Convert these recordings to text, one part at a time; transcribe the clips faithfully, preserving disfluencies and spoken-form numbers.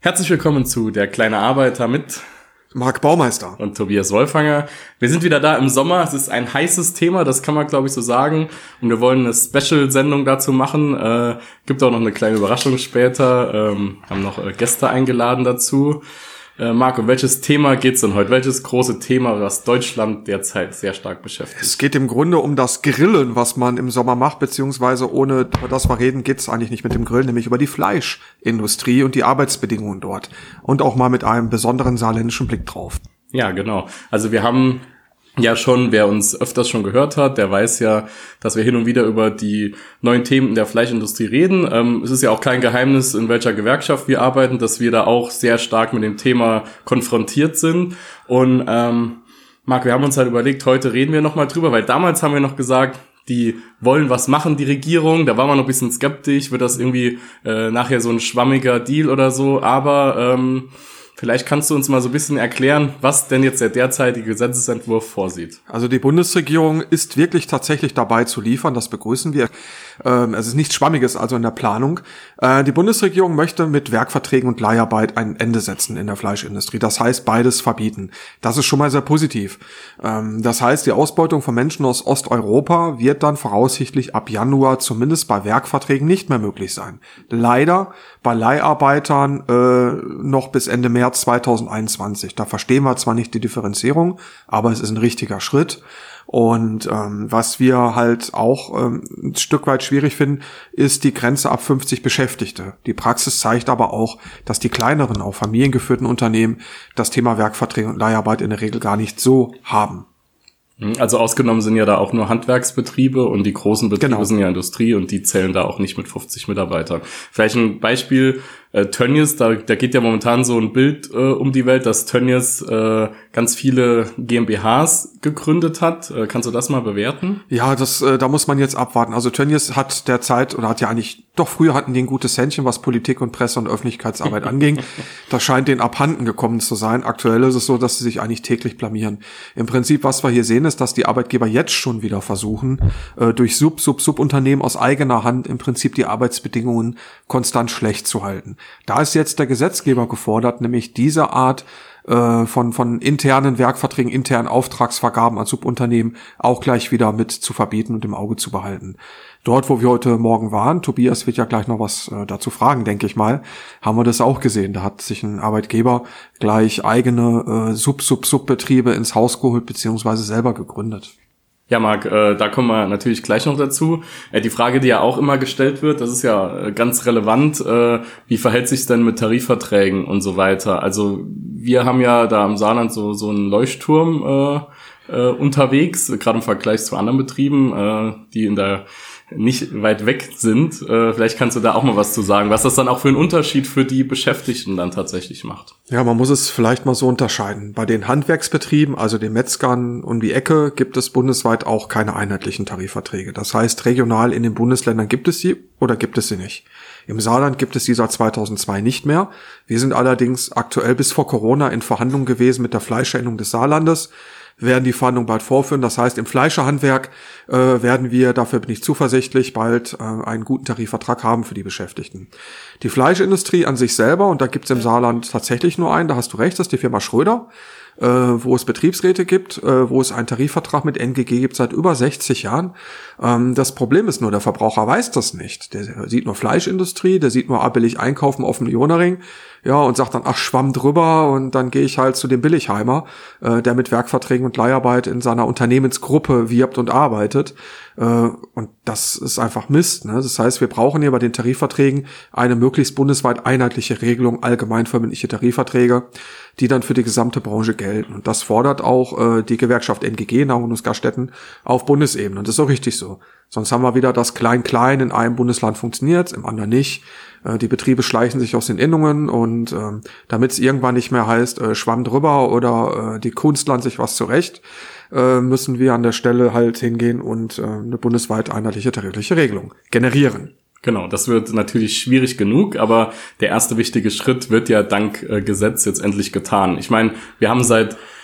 Herzlich willkommen zu Der kleine Arbeiter mit Marc Baumeister und Tobias Wolfanger. Wir sind wieder da im Sommer. Es ist ein heißes Thema, das kann man, glaube ich, so sagen. Und wir wollen eine Special-Sendung dazu machen. Äh, gibt auch noch eine kleine Überraschung später. Ähm, haben noch äh, Gäste eingeladen dazu. Äh, Marc, um welches Thema geht's denn heute? Welches große Thema, was Deutschland derzeit sehr stark beschäftigt? Es geht im Grunde um das Grillen, was man im Sommer macht, beziehungsweise ohne über das wir reden, geht's eigentlich nicht mit dem Grillen, nämlich über die Fleischindustrie und die Arbeitsbedingungen dort. Und auch mal mit einem besonderen saarländischen Blick drauf. Ja, genau. Also wir haben ja schon, wer uns öfters schon gehört hat, der weiß ja, dass wir hin und wieder über die neuen Themen der Fleischindustrie reden. Ähm, es ist ja auch kein Geheimnis, in welcher Gewerkschaft wir arbeiten, dass wir da auch sehr stark mit dem Thema konfrontiert sind. Und ähm, Marc, wir haben uns halt überlegt, heute reden wir nochmal drüber, weil damals haben wir noch gesagt, die wollen was machen, die Regierung. Da war man noch ein bisschen skeptisch, wird das irgendwie äh, nachher so ein schwammiger Deal oder so. Aber ähm, vielleicht kannst du uns mal so ein bisschen erklären, was denn jetzt der derzeitige Gesetzesentwurf vorsieht. Also die Bundesregierung ist wirklich tatsächlich dabei zu liefern, das begrüßen wir. Ähm, es ist nichts Schwammiges also in der Planung. Äh, die Bundesregierung möchte mit Werkverträgen und Leiharbeit ein Ende setzen in der Fleischindustrie. Das heißt, beides verbieten. Das ist schon mal sehr positiv. Ähm, das heißt, die Ausbeutung von Menschen aus Osteuropa wird dann voraussichtlich ab Januar zumindest bei Werkverträgen nicht mehr möglich sein. Leider bei Leiharbeitern äh, noch bis Ende März zweitausendeinundzwanzig. Da verstehen wir zwar nicht die Differenzierung, aber es ist ein richtiger Schritt. Und ähm, was wir halt auch ähm, ein Stück weit schwierig finden, ist die Grenze ab fünfzig Beschäftigte. Die Praxis zeigt aber auch, dass die kleineren, auch familiengeführten Unternehmen das Thema Werkverträge und Leiharbeit in der Regel gar nicht so haben. Also ausgenommen sind ja da auch nur Handwerksbetriebe und die großen Betriebe Genau. sind ja Industrie und die zählen da auch nicht mit fünfzig Mitarbeitern. Vielleicht ein Beispiel, äh, Tönnies, da, da geht ja momentan so ein Bild äh, um die Welt, dass Tönnies äh, ganz viele GmbHs gegründet hat. Äh, kannst du das mal bewerten? Ja, das, äh, da muss man jetzt abwarten. Also Tönnies hat derzeit, oder hat ja eigentlich, doch früher hatten die ein gutes Händchen, was Politik und Presse und Öffentlichkeitsarbeit anging. Das scheint denen abhanden gekommen zu sein. Aktuell ist es so, dass sie sich eigentlich täglich blamieren. Im Prinzip, was wir hier sehen, ist, dass die Arbeitgeber jetzt schon wieder versuchen, äh, durch Sub, Sub, Subunternehmen aus eigener Hand im Prinzip die Arbeitsbedingungen konstant schlecht zu halten. Da ist jetzt der Gesetzgeber gefordert, nämlich diese Art äh, von von internen Werkverträgen, internen Auftragsvergaben an Subunternehmen auch gleich wieder mit zu verbieten und im Auge zu behalten. Dort, wo wir heute Morgen waren, Tobias wird ja gleich noch was äh, dazu fragen, denke ich mal, haben wir das auch gesehen. Da hat sich ein Arbeitgeber gleich eigene äh, Sub-Sub-Sub-Betriebe ins Haus geholt beziehungsweise selber gegründet. Ja, Marc, äh, da kommen wir natürlich gleich noch dazu. Äh, die Frage, die ja auch immer gestellt wird, das ist ja äh, ganz relevant, äh, wie verhält sich denn mit Tarifverträgen und so weiter? Also wir haben ja da im Saarland so so einen Leuchtturm äh, äh, unterwegs, gerade im Vergleich zu anderen Betrieben, äh, die in der nicht weit weg sind. Äh, vielleicht kannst du da auch mal was zu sagen, was das dann auch für einen Unterschied für die Beschäftigten dann tatsächlich macht. Ja, man muss es vielleicht mal so unterscheiden. Bei den Handwerksbetrieben, also den Metzgern um die Ecke, gibt es bundesweit auch keine einheitlichen Tarifverträge. Das heißt, regional in den Bundesländern gibt es sie oder gibt es sie nicht. Im Saarland gibt es die seit zweitausendzwei nicht mehr. Wir sind allerdings aktuell bis vor Corona in Verhandlungen gewesen mit der Fleischerinnung des Saarlandes. Wir werden die Verhandlungen bald vorführen. Das heißt, im Fleischerhandwerk äh, werden wir, dafür bin ich zuversichtlich, bald äh, einen guten Tarifvertrag haben für die Beschäftigten. Die Fleischindustrie an sich selber, und da gibt es im Saarland tatsächlich nur einen, da hast du recht, das ist die Firma Schröder, äh, wo es Betriebsräte gibt, äh, wo es einen Tarifvertrag mit N G G gibt seit über sechzig Jahren. Ähm, das Problem ist nur, der Verbraucher weiß das nicht. Der sieht nur Fleischindustrie, der sieht nur billig einkaufen auf dem Ionering, ja, und sagt dann, ach, schwamm drüber, und dann gehe ich halt zu dem Billigheimer, äh, der mit Werkverträgen und Leiharbeit in seiner Unternehmensgruppe wirbt und arbeitet. Äh, und das ist einfach Mist, ne? Das heißt, wir brauchen hier bei den Tarifverträgen eine möglichst bundesweit einheitliche Regelung, allgemeinverbindliche Tarifverträge, die dann für die gesamte Branche gelten. Und das fordert auch äh, die Gewerkschaft N G G, Nauen- und Gaststätten, auf Bundesebene. Und das ist auch richtig so. Sonst haben wir wieder das Klein-Klein, in einem Bundesland funktioniert, im anderen nicht. Äh, die Betriebe schleichen sich aus den Innungen, und äh, damit es irgendwann nicht mehr heißt, äh, schwamm drüber oder äh, die Kunstland sich was zurecht, äh, müssen wir an der Stelle halt hingehen und äh, eine bundesweit einheitliche tarifliche Regelung generieren. Genau, das wird natürlich schwierig genug, aber der erste wichtige Schritt wird ja dank äh, Gesetz jetzt endlich getan. Ich meine, wir haben seit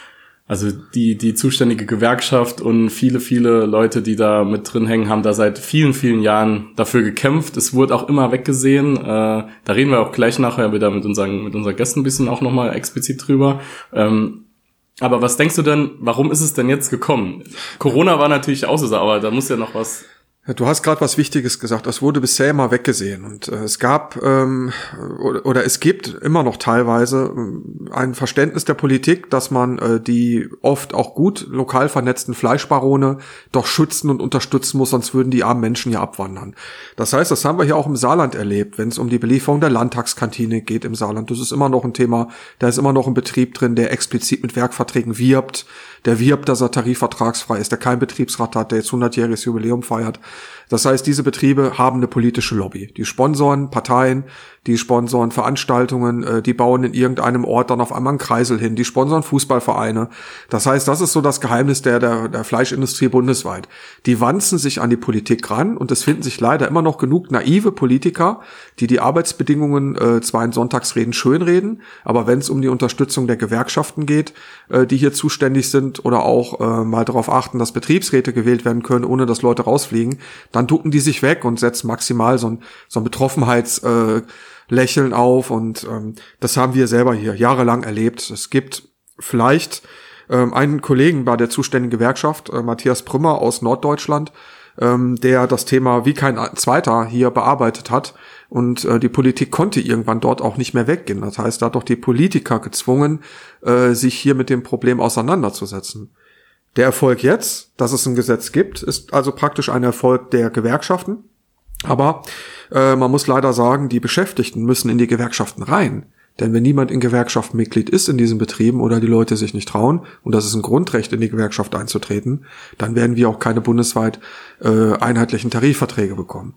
Also die die zuständige Gewerkschaft und viele, viele Leute, die da mit drin hängen, haben da seit vielen, vielen Jahren dafür gekämpft. Es wurde auch immer weggesehen. Äh, da reden wir auch gleich nachher wieder mit unseren, mit unseren Gästen ein bisschen auch nochmal explizit drüber. Ähm, aber was denkst du denn, warum ist es denn jetzt gekommen? Corona war natürlich auch so, aber da muss ja noch was... Du hast gerade was Wichtiges gesagt. Es wurde bisher immer weggesehen und äh, es gab ähm, oder, oder es gibt immer noch teilweise äh, ein Verständnis der Politik, dass man äh, die oft auch gut lokal vernetzten Fleischbarone doch schützen und unterstützen muss, sonst würden die armen Menschen ja abwandern. Das heißt, das haben wir hier auch im Saarland erlebt, wenn es um die Belieferung der Landtagskantine geht im Saarland. Das ist immer noch ein Thema. Da ist immer noch ein Betrieb drin, der explizit mit Werkverträgen wirbt. Der wirbt, dass er tarifvertragsfrei ist, der keinen Betriebsrat hat, der jetzt hundertjähriges Jubiläum feiert. Das heißt, diese Betriebe haben eine politische Lobby. Die sponsoren Parteien, die sponsoren Veranstaltungen, die bauen in irgendeinem Ort dann auf einmal einen Kreisel hin, die sponsoren Fußballvereine. Das heißt, das ist so das Geheimnis der, der, der Fleischindustrie bundesweit. Die wanzen sich an die Politik ran und es finden sich leider immer noch genug naive Politiker, die die Arbeitsbedingungen äh, zwar in Sonntagsreden schönreden, aber wenn es um die Unterstützung der Gewerkschaften geht, äh, die hier zuständig sind oder auch äh, mal darauf achten, dass Betriebsräte gewählt werden können, ohne dass Leute rausfliegen, dann ducken die sich weg und setzen maximal so ein, so ein Betroffenheits äh, Lächeln auf und ähm, das haben wir selber hier jahrelang erlebt. Es gibt vielleicht ähm, einen Kollegen bei der zuständigen Gewerkschaft, äh, Matthias Prümmer aus Norddeutschland, ähm, der das Thema wie kein zweiter hier bearbeitet hat und äh, die Politik konnte irgendwann dort auch nicht mehr weggehen. Das heißt, da hat doch die Politiker gezwungen, äh, sich hier mit dem Problem auseinanderzusetzen. Der Erfolg jetzt, dass es ein Gesetz gibt, ist also praktisch ein Erfolg der Gewerkschaften. Aber äh, man muss leider sagen, die Beschäftigten müssen in die Gewerkschaften rein. Denn wenn niemand in Gewerkschaften Mitglied ist in diesen Betrieben oder die Leute sich nicht trauen, und das ist ein Grundrecht, in die Gewerkschaft einzutreten, dann werden wir auch keine bundesweit äh, einheitlichen Tarifverträge bekommen.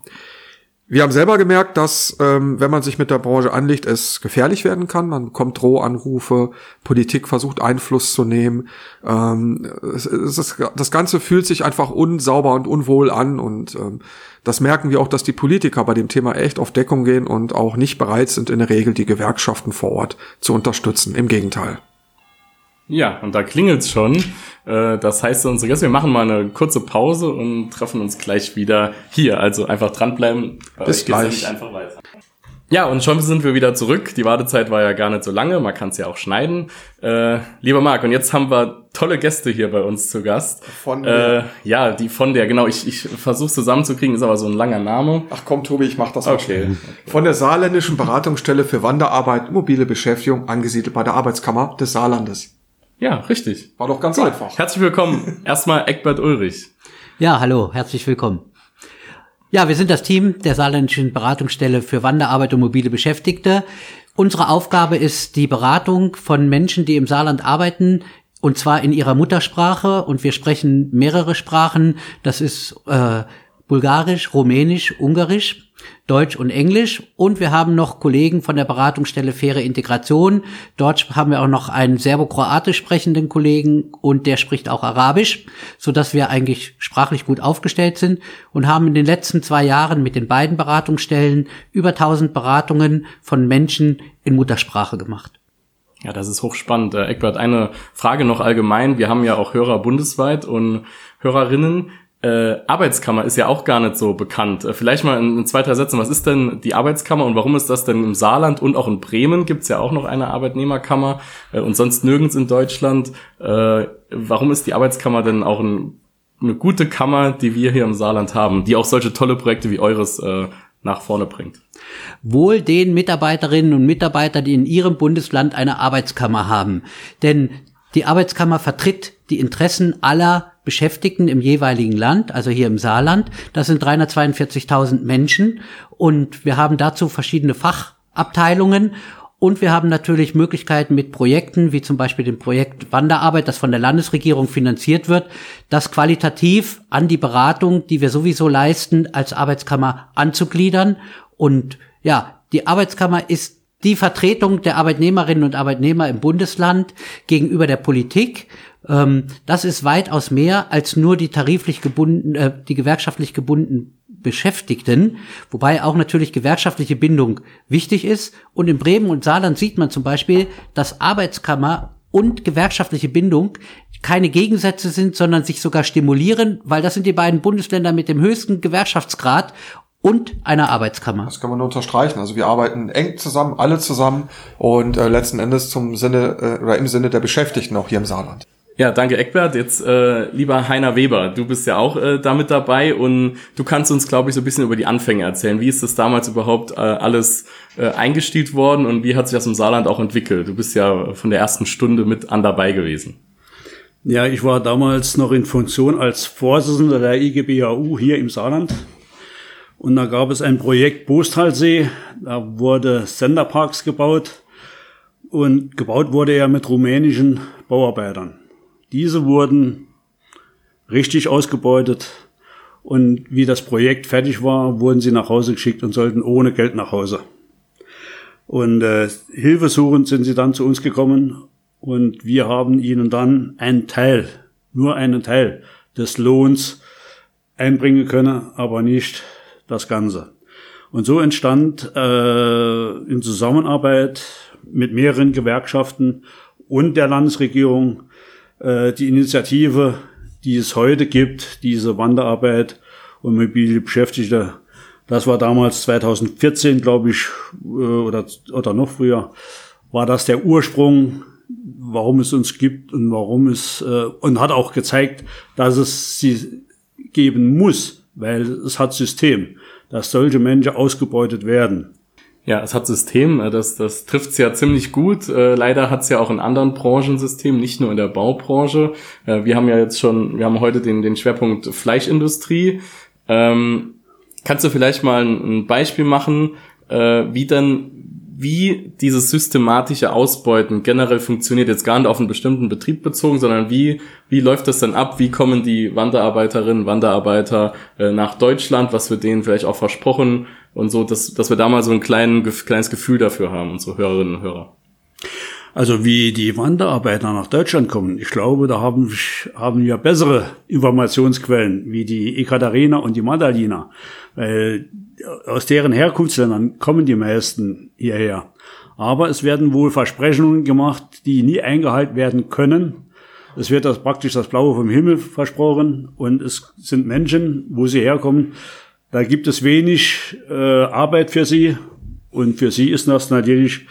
Wir haben selber gemerkt, dass, ähm, wenn man sich mit der Branche anlegt, es gefährlich werden kann. Man bekommt Drohanrufe, Politik versucht Einfluss zu nehmen. Ähm, es, es ist, das Ganze fühlt sich einfach unsauber und unwohl an und ähm, das merken wir auch, dass die Politiker bei dem Thema echt auf Deckung gehen und auch nicht bereit sind, in der Regel die Gewerkschaften vor Ort zu unterstützen. Im Gegenteil. Ja, und da klingelt's schon. Das heißt, unsere Gäste, wir machen mal eine kurze Pause und treffen uns gleich wieder hier. Also einfach dranbleiben. Bis gleich. Einfach weiter. Ja, und schon sind wir wieder zurück. Die Wartezeit war ja gar nicht so lange. Man kann es ja auch schneiden. Äh, lieber Marc, und jetzt haben wir tolle Gäste hier bei uns zu Gast. Von der. Äh, ja, die von der, genau. Ich, ich versuche es zusammenzukriegen, ist aber so ein langer Name. Ach komm, Tobi, ich mach das mal okay. schnell. okay. Von der Saarländischen Beratungsstelle für Wanderarbeit, mobile Beschäftigung, angesiedelt bei der Arbeitskammer des Saarlandes. Ja, richtig. War doch ganz Gut. einfach. Herzlich willkommen. Erstmal Eckbert Ulrich. Ja, hallo, herzlich willkommen. Ja, wir sind das Team der Saarländischen Beratungsstelle für Wanderarbeit und mobile Beschäftigte. Unsere Aufgabe ist die Beratung von Menschen, die im Saarland arbeiten, und zwar in ihrer Muttersprache. Und wir sprechen mehrere Sprachen. Das ist äh, Bulgarisch, Rumänisch, Ungarisch, Deutsch und Englisch. Und wir haben noch Kollegen von der Beratungsstelle Faire Integration. Dort haben wir auch noch einen serbokroatisch sprechenden Kollegen und der spricht auch Arabisch, sodass wir eigentlich sprachlich gut aufgestellt sind und haben in den letzten zwei Jahren mit den beiden Beratungsstellen über tausend Beratungen von Menschen in Muttersprache gemacht. Ja, das ist hochspannend. Äh, Eckbert, eine Frage noch allgemein. Wir haben ja auch Hörer bundesweit und Hörerinnen. Äh, Arbeitskammer ist ja auch gar nicht so bekannt. Äh, vielleicht mal in, in zwei, drei Sätzen, was ist denn die Arbeitskammer und warum ist das denn im Saarland und auch in Bremen gibt's ja auch noch eine Arbeitnehmerkammer äh, und sonst nirgends in Deutschland. Äh, warum ist die Arbeitskammer denn auch ein, eine gute Kammer, die wir hier im Saarland haben, die auch solche tolle Projekte wie eures äh, nach vorne bringt? Wohl den Mitarbeiterinnen und Mitarbeitern, die in ihrem Bundesland eine Arbeitskammer haben. Denn die Arbeitskammer vertritt die Interessen aller Beschäftigten im jeweiligen Land, also hier im Saarland. Das sind dreihundertzweiundvierzigtausend Menschen und wir haben dazu verschiedene Fachabteilungen und wir haben natürlich Möglichkeiten mit Projekten, wie zum Beispiel dem Projekt Wanderarbeit, das von der Landesregierung finanziert wird, das qualitativ an die Beratung, die wir sowieso leisten, als Arbeitskammer anzugliedern. Und ja, die Arbeitskammer ist die Vertretung der Arbeitnehmerinnen und Arbeitnehmer im Bundesland gegenüber der Politik. Ähm, das ist weitaus mehr als nur die tariflich gebunden, äh, die gewerkschaftlich gebundenen Beschäftigten, wobei auch natürlich gewerkschaftliche Bindung wichtig ist. Und in Bremen und Saarland sieht man zum Beispiel, dass Arbeitskammer und gewerkschaftliche Bindung keine Gegensätze sind, sondern sich sogar stimulieren, weil das sind die beiden Bundesländer mit dem höchsten Gewerkschaftsgrad und einer Arbeitskammer. Das kann man nur unterstreichen. Also wir arbeiten eng zusammen, alle zusammen und äh, letzten Endes zum Sinne äh, oder im Sinne der Beschäftigten auch hier im Saarland. Ja, danke Eckbert. Jetzt äh, lieber Heiner Weber, du bist ja auch äh, damit dabei und du kannst uns, glaube ich, so ein bisschen über die Anfänge erzählen. Wie ist das damals überhaupt äh, alles äh, eingestielt worden und wie hat sich das im Saarland auch entwickelt? Du bist ja von der ersten Stunde mit an dabei gewesen. Ja, ich war damals noch in Funktion als Vorsitzender der I G B A U hier im Saarland. Und da gab es ein Projekt Bostalsee, da wurde Senderparks gebaut und gebaut wurde er mit rumänischen Bauarbeitern. Diese wurden richtig ausgebeutet und wie das Projekt fertig war, wurden sie nach Hause geschickt und sollten ohne Geld nach Hause. Und äh, hilfesuchend sind sie dann zu uns gekommen und wir haben ihnen dann einen Teil, nur einen Teil des Lohns einbringen können, aber nicht das Ganze. Und so entstand äh, in Zusammenarbeit mit mehreren Gewerkschaften und der Landesregierung äh, die Initiative, die es heute gibt, diese Wanderarbeit und mobile Beschäftigte. Das war damals zweitausendvierzehn, glaube ich, äh, oder, oder noch früher, war das der Ursprung, warum es uns gibt und warum es, äh, und hat auch gezeigt, dass es sie geben muss, weil es hat System, dass solche Menschen ausgebeutet werden. Ja, es hat System, das, das trifft's ja ziemlich gut. Äh, leider hat's ja auch in anderen Branchen System, nicht nur in der Baubranche. Äh, wir haben ja jetzt schon, wir haben heute den, den Schwerpunkt Fleischindustrie. Ähm, kannst du vielleicht mal ein, ein Beispiel machen, äh, wie dann, wie dieses systematische Ausbeuten generell funktioniert, jetzt gar nicht auf einen bestimmten Betrieb bezogen, sondern wie wie läuft das dann ab? Wie kommen die Wanderarbeiterinnen, Wanderarbeiter äh, nach Deutschland? Was wird denen vielleicht auch versprochen? Und so, dass dass wir da mal so ein kleinen, kleines Gefühl dafür haben, unsere Hörerinnen und Hörer. Also wie die Wanderarbeiter nach Deutschland kommen, ich glaube, da haben, haben wir bessere Informationsquellen wie die Ekaterina und die Madalina, weil aus deren Herkunftsländern kommen die meisten hierher. Aber es werden wohl Versprechungen gemacht, die nie eingehalten werden können. Es wird das praktisch das Blaue vom Himmel versprochen und es sind Menschen, wo sie herkommen, da gibt es wenig äh, Arbeit für sie und für sie ist das natürlich,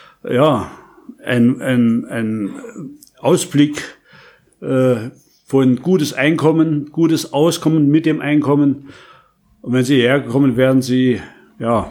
ja, Ein, ein, ein Ausblick äh, von gutes Einkommen, gutes Auskommen mit dem Einkommen. Und wenn sie herkommen, werden sie ja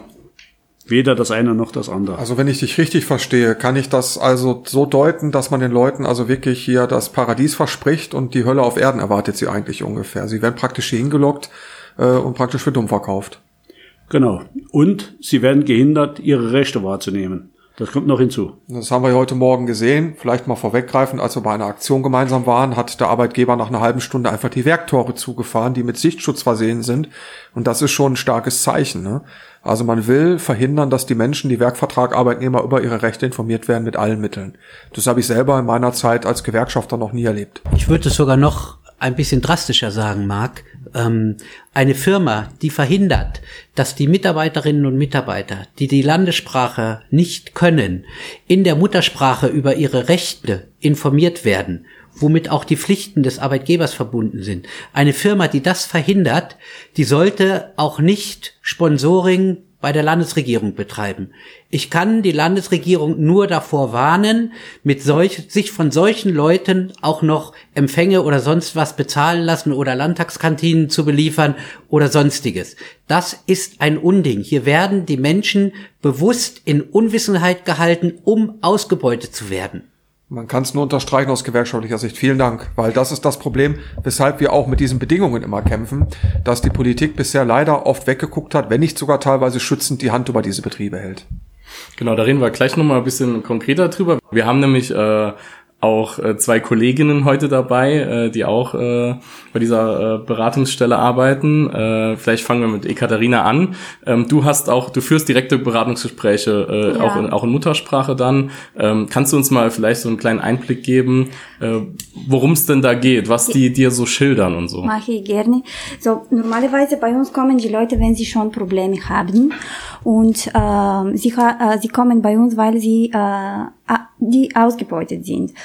weder das eine noch das andere. Also wenn ich dich richtig verstehe, kann ich das also so deuten, dass man den Leuten also wirklich hier das Paradies verspricht und die Hölle auf Erden erwartet sie eigentlich ungefähr. Sie werden praktisch hier hingelockt äh, und praktisch für dumm verkauft. Genau. Und sie werden gehindert, ihre Rechte wahrzunehmen. Das kommt noch hinzu. Das haben wir heute Morgen gesehen. Vielleicht mal vorweggreifend, als wir bei einer Aktion gemeinsam waren, hat der Arbeitgeber nach einer halben Stunde einfach die Werktore zugefahren, die mit Sichtschutz versehen sind. Und das ist schon ein starkes Zeichen, ne? Also man will verhindern, dass die Menschen, die Werkvertragarbeitnehmer, über ihre Rechte informiert werden mit allen Mitteln. Das habe ich selber in meiner Zeit als Gewerkschafter noch nie erlebt. Ich würde es sogar noch ein bisschen drastischer sagen, Marc. Ähm, eine Firma, die verhindert, dass die Mitarbeiterinnen und Mitarbeiter, die die Landessprache nicht können, in der Muttersprache über ihre Rechte informiert werden, womit auch die Pflichten des Arbeitgebers verbunden sind. Eine Firma, die das verhindert, die sollte auch nicht Sponsoring bei der Landesregierung betreiben. Ich kann die Landesregierung nur davor warnen, mit solch, sich von solchen Leuten auch noch Empfänge oder sonst was bezahlen lassen oder Landtagskantinen zu beliefern oder sonstiges. Das ist ein Unding. Hier werden die Menschen bewusst in Unwissenheit gehalten, um ausgebeutet zu werden. Man kann es nur unterstreichen aus gewerkschaftlicher Sicht. Vielen Dank, weil das ist das Problem, weshalb wir auch mit diesen Bedingungen immer kämpfen, dass die Politik bisher leider oft weggeguckt hat, wenn nicht sogar teilweise schützend die Hand über diese Betriebe hält. Genau, da reden wir gleich nochmal ein bisschen konkreter drüber. Wir haben nämlich äh, auch äh, zwei Kolleginnen heute dabei, äh, die auch äh, bei dieser äh, Beratungsstelle arbeiten. Äh, vielleicht fangen wir mit Ekaterina an. Ähm, du hast auch, du führst direkte Beratungsgespräche, äh, ja. auch, in, auch in Muttersprache dann. Ähm, kannst du uns mal vielleicht so einen kleinen Einblick geben, äh, worum es denn da geht, was die dir so schildern und so? Mache ich gerne. So, normalerweise bei uns kommen die Leute, wenn sie schon Probleme haben. Und äh, sie, äh, sie kommen bei uns, weil sie äh, die ausgebeutet sind.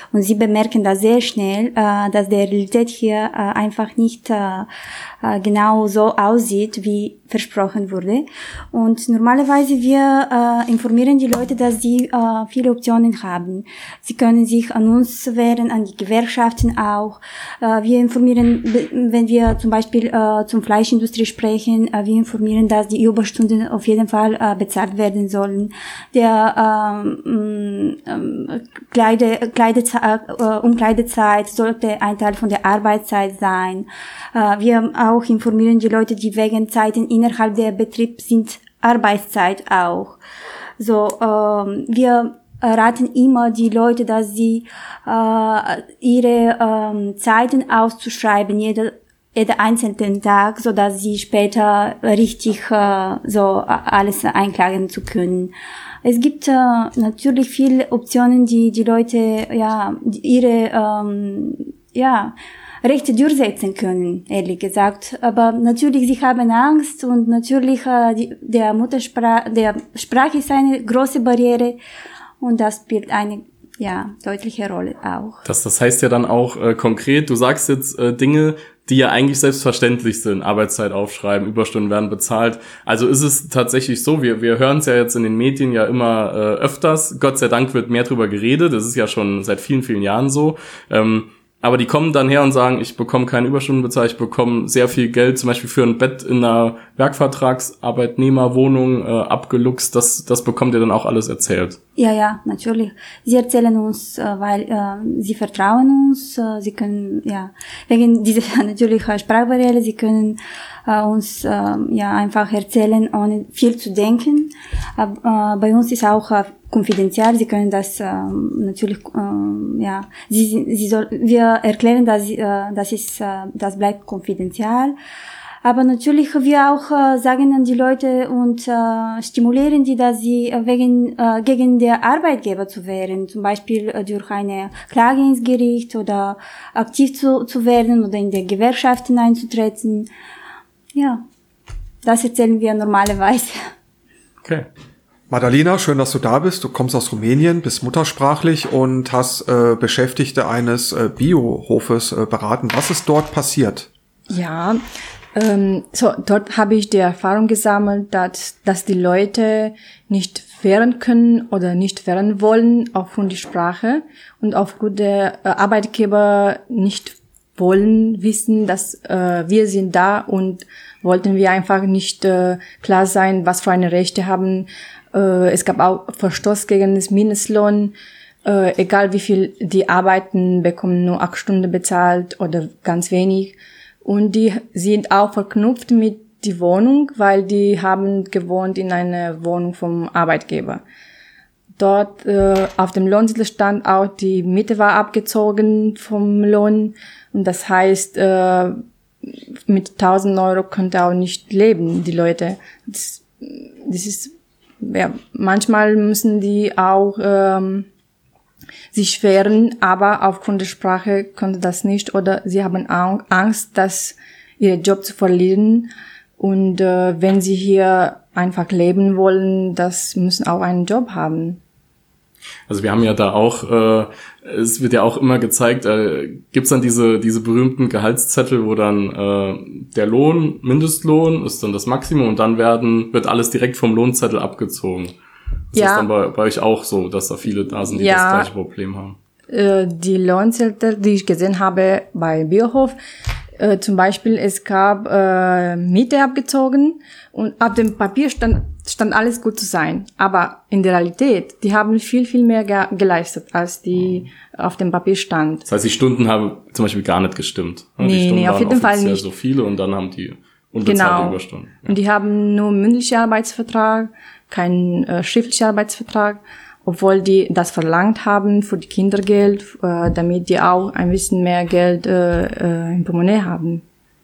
Und sie bemerken das sehr schnell, äh, dass der Realität hier äh, einfach nicht äh, äh, genau so aussieht, wie versprochen wurde. Und normalerweise wir äh, informieren die Leute, dass sie äh, viele Optionen haben. Sie können sich an uns wenden, an die Gewerkschaften auch. Äh, wir informieren, wenn wir zum Beispiel äh, zum Fleischindustrie sprechen, äh, wir informieren, dass die Überstunden auf jeden Fall äh, bezahlt werden sollen. Der ähm, ähm, Kleide, Kleidezeit, äh, Umkleidezeit sollte ein Teil von der Arbeitszeit sein. Äh, wir auch informieren die Leute, die wegen Zeiten innerhalb der Betrieb sind, Arbeitszeit auch. So, ähm, wir raten immer die Leute, dass sie äh, ihre ähm, Zeiten auszuschreiben, jeder jeder einzelnen Tag, so dass sie später richtig äh, so alles einklagen zu können. Es gibt äh, natürlich viele Optionen, die die Leute ja ihre ähm, ja Rechte durchsetzen können, ehrlich gesagt. Aber natürlich, sie haben Angst und natürlich äh, die, der Muttersprache, der Sprache ist eine große Barriere und das spielt eine ja deutliche Rolle auch. Das, das heißt ja dann auch äh, konkret, du sagst jetzt äh, Dinge, die ja eigentlich selbstverständlich sind, Arbeitszeit aufschreiben, Überstunden werden bezahlt. Also ist es tatsächlich so, wir wir hören es ja jetzt in den Medien ja immer äh, öfters, Gott sei Dank wird mehr drüber geredet, das ist ja schon seit vielen, vielen Jahren so. Ähm, aber die kommen dann her und sagen, ich bekomme keine Überstunden bezahlt, ich bekomme sehr viel Geld, zum Beispiel für ein Bett in einer Werkvertragsarbeitnehmerwohnung äh, abgeluchst, das das bekommt ihr dann auch alles erzählt. Ja, ja, natürlich. Sie erzählen uns, äh, weil äh, sie vertrauen uns, äh, sie können, ja, wegen dieser natürlichen Sprachbarriere, sie können äh, uns äh, ja einfach erzählen, ohne viel zu denken. Äh, äh, bei uns ist auch äh, konfidenziell, sie können das äh, natürlich, äh, ja, sie, sie soll, wir erklären, dass äh, das ist, äh, das bleibt konfidenziell. Aber natürlich wir auch äh, sagen an die Leute und äh, stimulieren die, dass sie äh, wegen äh, gegen der Arbeitgeber zu wehren, zum Beispiel äh, durch eine Klage ins Gericht oder aktiv zu, zu werden oder in die Gewerkschaften einzutreten. Ja, das erzählen wir normalerweise. Okay. Madalina, schön, dass du da bist. Du kommst aus Rumänien, bist muttersprachlich und hast äh, Beschäftigte eines äh, Biohofes äh, beraten. Was ist dort passiert? Ja, ähm, so dort habe ich die Erfahrung gesammelt, dass, dass die Leute nicht wehren können oder nicht wehren wollen aufgrund der Sprache und aufgrund der äh, Arbeitgeber nicht wollen wissen, dass äh, wir sind da und wollten wir einfach nicht äh, klar sein, was für eine Rechte haben. Äh, es gab auch Verstoß gegen das Mindestlohn. Äh, egal wie viel die arbeiten, bekommen nur acht Stunden bezahlt oder ganz wenig. Und die sind auch verknüpft mit die Wohnung, weil die haben gewohnt in einer Wohnung vom Arbeitgeber. Dort äh, auf dem Lohnzettel stand auch, die Miete war abgezogen vom Lohn. Und das heißt, äh, mit tausend Euro konnte auch nicht leben, die Leute. Das, das ist, ja, manchmal müssen die auch ähm, sich wehren, aber aufgrund der Sprache konnte das nicht oder sie haben Angst, dass ihren Job zu verlieren. Und äh, wenn sie hier einfach leben wollen, das müssen auch einen Job haben. Also wir haben ja da auch, äh, es wird ja auch immer gezeigt, äh, gibt's dann diese diese berühmten Gehaltszettel, wo dann äh, der Lohn, Mindestlohn ist dann das Maximum und dann werden wird alles direkt vom Lohnzettel abgezogen. Ist ja. das dann bei, bei euch auch so, dass da viele da sind, die ja. das gleiche Problem haben? Äh, die Lohnzettel, die ich gesehen habe bei Biohof, äh, zum Beispiel, es gab äh, Miete abgezogen und auf dem Papier stand stand alles gut zu sein. Aber in der Realität, die haben viel, viel mehr ge- geleistet, als die auf dem Papier stand. Das heißt, die Stunden haben zum Beispiel gar nicht gestimmt. Nee, die Stunden nee, auf waren jeden Fall offiziell nicht. so viele und dann haben die unbezahlte Genau. Überstunden. Ja. Und die haben nur mündlichen Arbeitsvertrag, keinen äh, schriftlichen Arbeitsvertrag, obwohl die das verlangt haben für die Kindergeld, äh, damit die auch ein bisschen mehr Geld äh, äh, im Portemonnaie haben.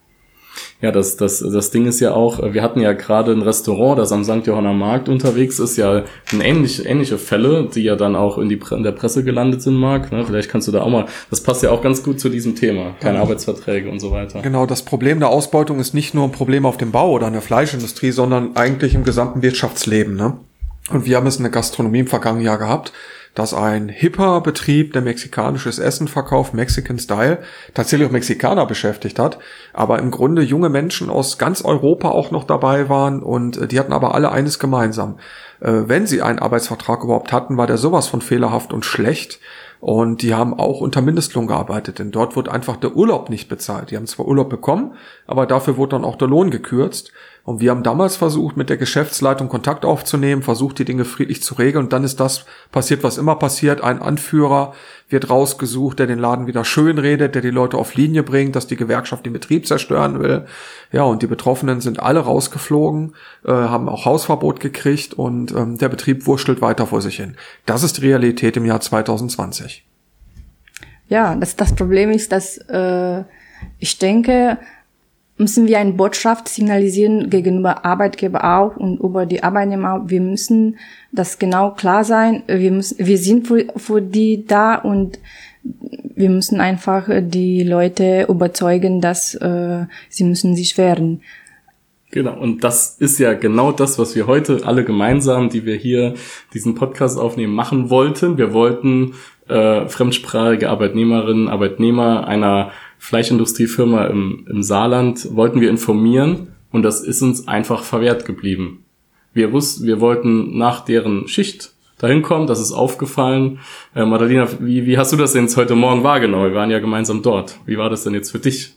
Ja, das, das, das Ding ist ja auch, wir hatten ja gerade ein Restaurant, das am Sankt Johanner Markt unterwegs ist, ja ein ähnlich, ähnliche Fälle, die ja dann auch in, die, in der Presse gelandet sind, Marc. Ne? Vielleicht kannst du da auch mal, das passt ja auch ganz gut zu diesem Thema, keine ja. Arbeitsverträge und so weiter. Genau, das Problem der Ausbeutung ist nicht nur ein Problem auf dem Bau oder in der Fleischindustrie, sondern eigentlich im gesamten Wirtschaftsleben. Ne? Und wir haben es in der Gastronomie im vergangenen Jahr gehabt. dass ein hipper Betrieb, der mexikanisches Essen verkauft, Mexican Style, tatsächlich auch Mexikaner beschäftigt hat, aber im Grunde junge Menschen aus ganz Europa auch noch dabei waren und die hatten aber alle eines gemeinsam. Wenn sie einen Arbeitsvertrag überhaupt hatten, war der sowas von fehlerhaft und schlecht. Und die haben auch unter Mindestlohn gearbeitet, denn dort wird einfach der Urlaub nicht bezahlt. Die haben zwar Urlaub bekommen, aber dafür wurde dann auch der Lohn gekürzt. Und wir haben damals versucht, mit der Geschäftsleitung Kontakt aufzunehmen, versucht, die Dinge friedlich zu regeln. Und dann ist das passiert, was immer passiert. Ein Anführer wird rausgesucht, der den Laden wieder schön redet, der die Leute auf Linie bringt, dass die Gewerkschaft den Betrieb zerstören will. Ja, und die Betroffenen sind alle rausgeflogen, äh, haben auch Hausverbot gekriegt und ähm, der Betrieb wurschtelt weiter vor sich hin. Das ist die Realität im Jahr zwanzig zwanzig. Ja, das, das Problem ist, dass äh, ich denke, müssen wir eine Botschaft signalisieren gegenüber Arbeitgeber auch und über die Arbeitnehmer auch. Wir müssen das genau klar sein. Wir müssen, wir sind für, für die da und wir müssen einfach die Leute überzeugen, dass äh, sie müssen sich wehren. Genau, und das ist ja genau das, was wir heute alle gemeinsam, die wir hier diesen Podcast aufnehmen, machen wollten. Wir wollten äh, fremdsprachige Arbeitnehmerinnen, Arbeitnehmer einer Fleischindustriefirma im, im Saarland wollten wir informieren und das ist uns einfach verwehrt geblieben. Wir wussten, wir wollten nach deren Schicht dahin kommen, das ist aufgefallen. Äh, Madalena, wie, wie hast du das denn jetzt heute Morgen wahrgenommen? Wir waren ja gemeinsam dort. Wie war das denn jetzt für dich?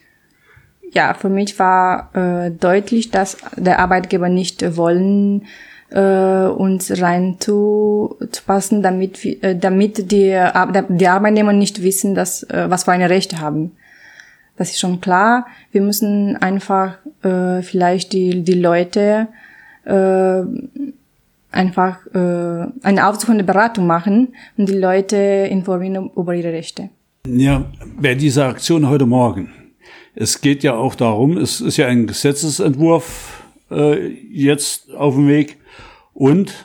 Ja, für mich war äh, deutlich, dass der Arbeitgeber nicht wollen, äh, uns rein zu, zu passen, damit äh, damit die die Arbeitnehmer nicht wissen, dass äh, was für eine Rechte haben. Das ist schon klar. Wir müssen einfach äh, vielleicht die die Leute äh, einfach äh, eine aufsuchende Beratung machen und die Leute informieren über ihre Rechte. Ja, bei dieser Aktion heute Morgen. Es geht ja auch darum, es ist ja ein Gesetzesentwurf äh, jetzt auf dem Weg und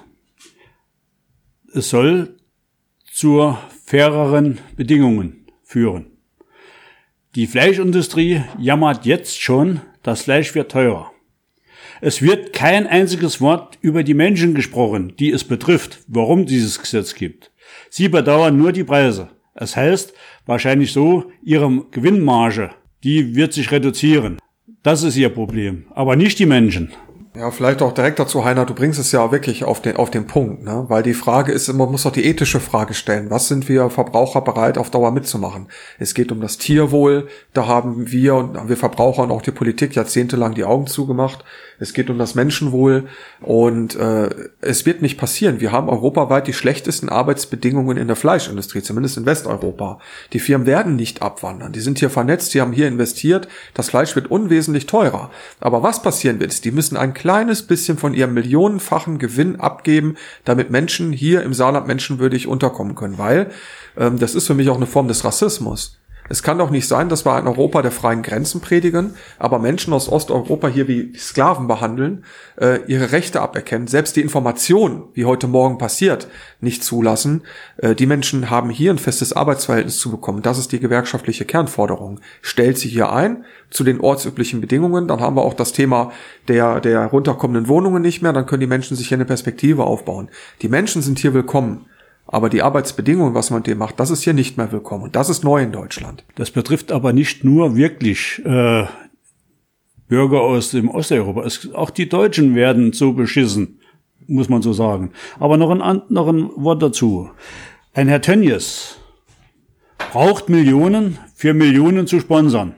es soll zu faireren Bedingungen führen. Die Fleischindustrie jammert jetzt schon, das Fleisch wird teurer. Es wird kein einziges Wort über die Menschen gesprochen, die es betrifft, warum dieses Gesetz gibt. Sie bedauern nur die Preise. Es heißt wahrscheinlich so, ihre Gewinnmarge, die wird sich reduzieren. Das ist ihr Problem, aber nicht die Menschen. Ja, vielleicht auch direkt dazu, Heiner, du bringst es ja wirklich auf den, auf den Punkt, ne? Weil die Frage ist, man muss doch die ethische Frage stellen. Was sind wir Verbraucher bereit, auf Dauer mitzumachen? Es geht um das Tierwohl. Da haben wir und wir Verbraucher und auch die Politik jahrzehntelang die Augen zugemacht. Es geht um das Menschenwohl und äh, es wird nicht passieren. Wir haben europaweit die schlechtesten Arbeitsbedingungen in der Fleischindustrie, zumindest in Westeuropa. Die Firmen werden nicht abwandern. Die sind hier vernetzt, die haben hier investiert. Das Fleisch wird unwesentlich teurer. Aber was passieren wird, ist, die müssen ein kleines bisschen von ihrem millionenfachen Gewinn abgeben, damit Menschen hier im Saarland menschenwürdig unterkommen können. Weil ähm, das ist für mich auch eine Form des Rassismus. Es kann doch nicht sein, dass wir ein Europa der freien Grenzen predigen, aber Menschen aus Osteuropa hier wie Sklaven behandeln, äh, ihre Rechte aberkennen, selbst die Information, wie heute Morgen passiert, nicht zulassen. Äh, die Menschen haben hier ein festes Arbeitsverhältnis zu bekommen. Das ist die gewerkschaftliche Kernforderung. Stellt sie hier ein zu den ortsüblichen Bedingungen, dann haben wir auch das Thema der, der runterkommenden Wohnungen nicht mehr, dann können die Menschen sich hier eine Perspektive aufbauen. Die Menschen sind hier willkommen. Aber die Arbeitsbedingungen, was man mit dem macht, das ist hier nicht mehr willkommen. Und das ist neu in Deutschland. Das betrifft aber nicht nur wirklich äh, Bürger aus dem Osteuropa. Es, auch die Deutschen werden so beschissen, muss man so sagen. Aber noch ein, noch ein Wort dazu. Ein Herr Tönnies braucht Millionen für Millionen zu sponsern.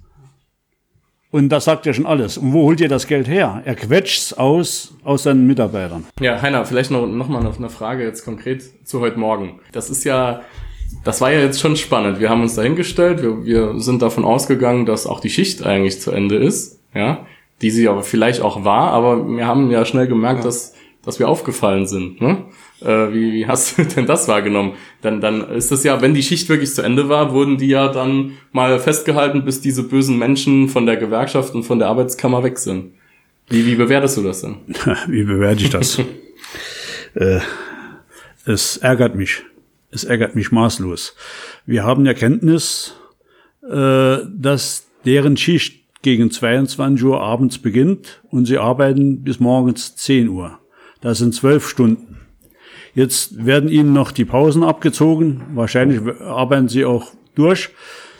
Und das sagt ja schon alles. Und wo holt ihr das Geld her? Er quetscht's aus, aus seinen Mitarbeitern. Ja, Heiner, vielleicht noch, noch mal eine Frage jetzt konkret zu heute Morgen. Das ist ja, das war ja jetzt schon spannend. Wir haben uns dahingestellt, wir, wir sind davon ausgegangen, dass auch die Schicht eigentlich zu Ende ist, ja, die sie aber vielleicht auch war, aber wir haben ja schnell gemerkt, ja. dass, dass wir aufgefallen sind, ne? Äh, wie, wie hast du denn das wahrgenommen? Dann, dann ist das ja, wenn die Schicht wirklich zu Ende war, wurden die ja dann mal festgehalten, bis diese bösen Menschen von der Gewerkschaft und von der Arbeitskammer weg sind. Wie, wie bewertest du das denn? Wie bewerte ich das? äh, es ärgert mich. Es ärgert mich maßlos. Wir haben ja Kenntnis, äh, dass deren Schicht gegen zweiundzwanzig Uhr abends beginnt und sie arbeiten bis morgens zehn Uhr. Das sind zwölf Stunden. Jetzt werden ihnen noch die Pausen abgezogen. Wahrscheinlich arbeiten sie auch durch.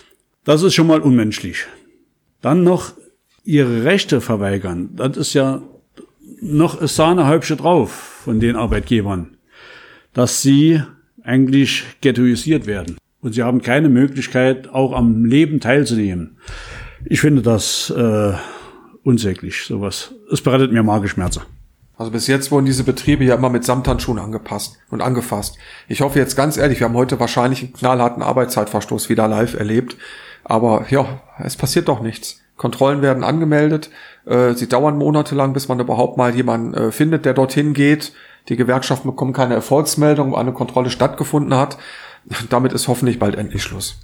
Das ist schon mal unmenschlich. Dann noch ihre Rechte verweigern. Das ist ja noch ein Sahnehäubchen drauf von den Arbeitgebern, dass sie eigentlich ghettoisiert werden. Und sie haben keine Möglichkeit, auch am Leben teilzunehmen. Ich finde das äh, unsäglich, sowas. Es bereitet mir Magenschmerzen. Also bis jetzt wurden diese Betriebe ja immer mit Samthandschuhen angepasst und angefasst. Ich hoffe jetzt ganz ehrlich, wir haben heute wahrscheinlich einen knallharten Arbeitszeitverstoß wieder live erlebt. Aber ja, es passiert doch nichts. Kontrollen werden angemeldet. Äh, sie dauern monatelang, bis man überhaupt mal jemanden äh, findet, der dorthin geht. Die Gewerkschaften bekommen keine Erfolgsmeldung, weil eine Kontrolle stattgefunden hat. Damit ist hoffentlich bald endlich Schluss.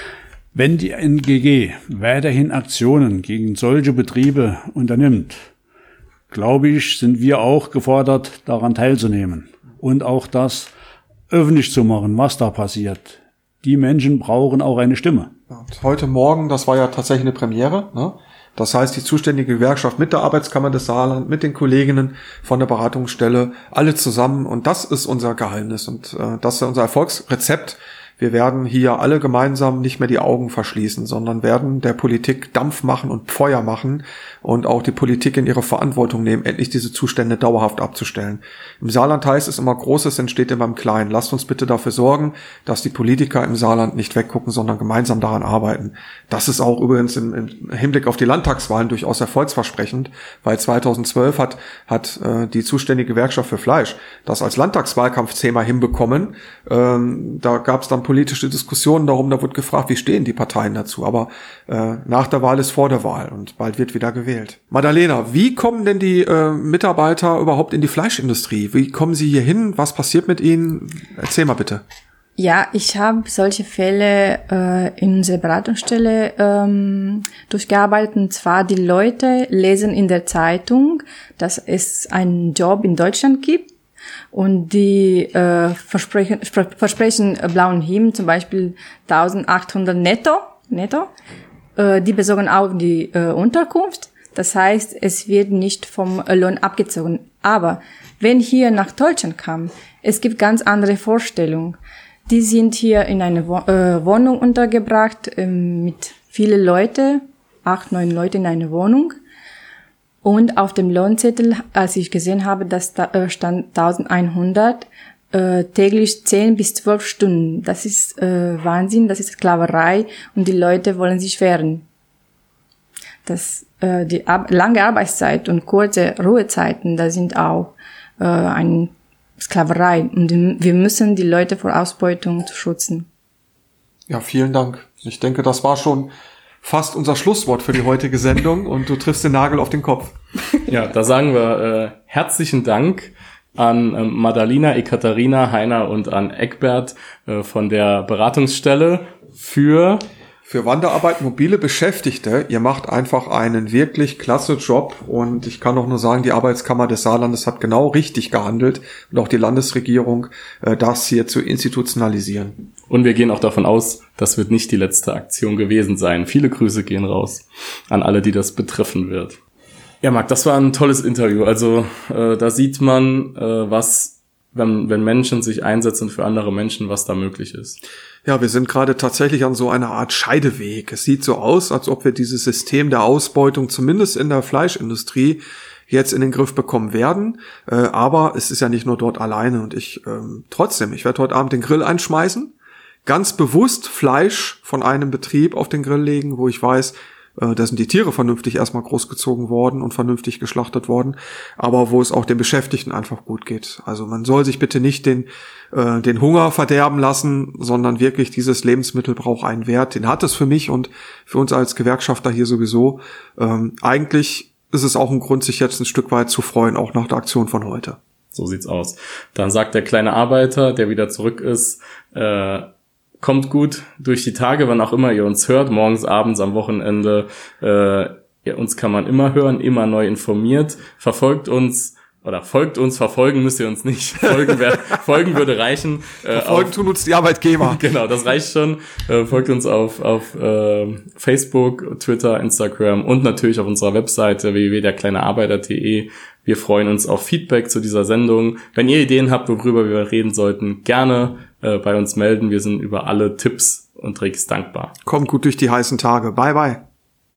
Wenn die N G G weiterhin Aktionen gegen solche Betriebe unternimmt, glaube ich, sind wir auch gefordert, daran teilzunehmen und auch das öffentlich zu machen, was da passiert. Die Menschen brauchen auch eine Stimme. Und heute Morgen, das war ja tatsächlich eine Premiere, ne? Das heißt, die zuständige Gewerkschaft mit der Arbeitskammer des Saarland, mit den Kolleginnen von der Beratungsstelle, alle zusammen. Und das ist unser Geheimnis und äh, das ist unser Erfolgsrezept. Wir werden hier alle gemeinsam nicht mehr die Augen verschließen, sondern werden der Politik Dampf machen und Feuer machen und auch die Politik in ihre Verantwortung nehmen, endlich diese Zustände dauerhaft abzustellen. Im Saarland heißt es immer, Großes entsteht immer im Kleinen. Lasst uns bitte dafür sorgen, dass die Politiker im Saarland nicht weggucken, sondern gemeinsam daran arbeiten. Das ist auch übrigens im, im Hinblick auf die Landtagswahlen durchaus erfolgsversprechend, weil zweitausendzwölf hat, hat äh, die zuständige Gewerkschaft für Fleisch das als Landtagswahlkampfthema hinbekommen. Ähm, da gab es dann politische Diskussionen darum, da wird gefragt, wie stehen die Parteien dazu, aber äh, nach der Wahl ist vor der Wahl und bald wird wieder gewählt. Madalena, wie kommen denn die äh, Mitarbeiter überhaupt in die Fleischindustrie? Wie kommen sie hier hin? Was passiert mit ihnen? Erzähl mal bitte. Ja, ich habe solche Fälle äh, in unserer Beratungsstelle ähm, durchgearbeitet. Und zwar die Leute lesen in der Zeitung, dass es einen Job in Deutschland gibt. Und die äh, versprechen, versprechen äh, blauen Himmel, zum Beispiel eintausendachthundert netto, netto. Äh, die besorgen auch die äh, Unterkunft. Das heißt, es wird nicht vom Lohn abgezogen. Aber wenn hier nach Deutschland kam, es gibt ganz andere Vorstellungen. Die sind hier in einer Wo- äh, Wohnung untergebracht äh, mit vielen Leuten, acht, neun Leute in einer Wohnung. Und auf dem Lohnzettel, als ich gesehen habe, dass da äh, stand eintausendeinhundert, äh, täglich zehn bis zwölf Stunden. Das ist äh, Wahnsinn, das ist Sklaverei und die Leute wollen sich wehren. Das, äh, die Ar- lange Arbeitszeit und kurze Ruhezeiten, das sind auch äh, eine Sklaverei. Und wir müssen die Leute vor Ausbeutung schützen. Ja, vielen Dank. Ich denke, das war schon fast unser Schlusswort für die heutige Sendung und du triffst den Nagel auf den Kopf. Ja, da sagen wir äh, herzlichen Dank an äh, Madalena, Ekaterina, Heiner und an Eckbert äh, von der Beratungsstelle für Für Wanderarbeit, mobile Beschäftigte. Ihr macht einfach einen wirklich klasse Job und ich kann auch nur sagen, die Arbeitskammer des Saarlandes hat genau richtig gehandelt und auch die Landesregierung, äh, das hier zu institutionalisieren. Und wir gehen auch davon aus, das wird nicht die letzte Aktion gewesen sein. Viele Grüße gehen raus an alle, die das betreffen wird. Ja, Marc, das war ein tolles Interview. Also äh, da sieht man, äh, was, wenn, wenn Menschen sich einsetzen für andere Menschen, was da möglich ist. Ja, wir sind gerade tatsächlich an so einer Art Scheideweg. Es sieht so aus, als ob wir dieses System der Ausbeutung zumindest in der Fleischindustrie jetzt in den Griff bekommen werden. Äh, aber es ist ja nicht nur dort alleine und ich ähm, trotzdem, ich werde heute Abend den Grill einschmeißen, ganz bewusst Fleisch von einem Betrieb auf den Grill legen, wo ich weiß, äh, da sind die Tiere vernünftig erstmal großgezogen worden und vernünftig geschlachtet worden, aber wo es auch den Beschäftigten einfach gut geht. Also man soll sich bitte nicht den äh, den Hunger verderben lassen, sondern wirklich dieses Lebensmittel braucht einen Wert. Den hat es für mich und für uns als Gewerkschafter hier sowieso. Ähm, eigentlich ist es auch ein Grund, sich jetzt ein Stück weit zu freuen, auch nach der Aktion von heute. So sieht's aus. Dann sagt der kleine Arbeiter, der wieder zurück ist, äh, kommt gut durch die Tage, wann auch immer ihr uns hört, morgens, abends, am Wochenende. Äh, ja, uns kann man immer hören, immer neu informiert. Verfolgt uns oder folgt uns, verfolgen müsst ihr uns nicht. Folgen, wär, folgen würde reichen. Äh, Folgen tun uns die Arbeitgeber. Genau, das reicht schon. Äh, folgt uns auf, auf äh, Facebook, Twitter, Instagram und natürlich auf unserer Webseite w w w punkt der kleine arbeiter punkt d e. Wir freuen uns auf Feedback zu dieser Sendung. Wenn ihr Ideen habt, worüber wir reden sollten, gerne äh, bei uns melden. Wir sind über alle Tipps und Tricks dankbar. Kommt gut durch die heißen Tage. Bye, bye.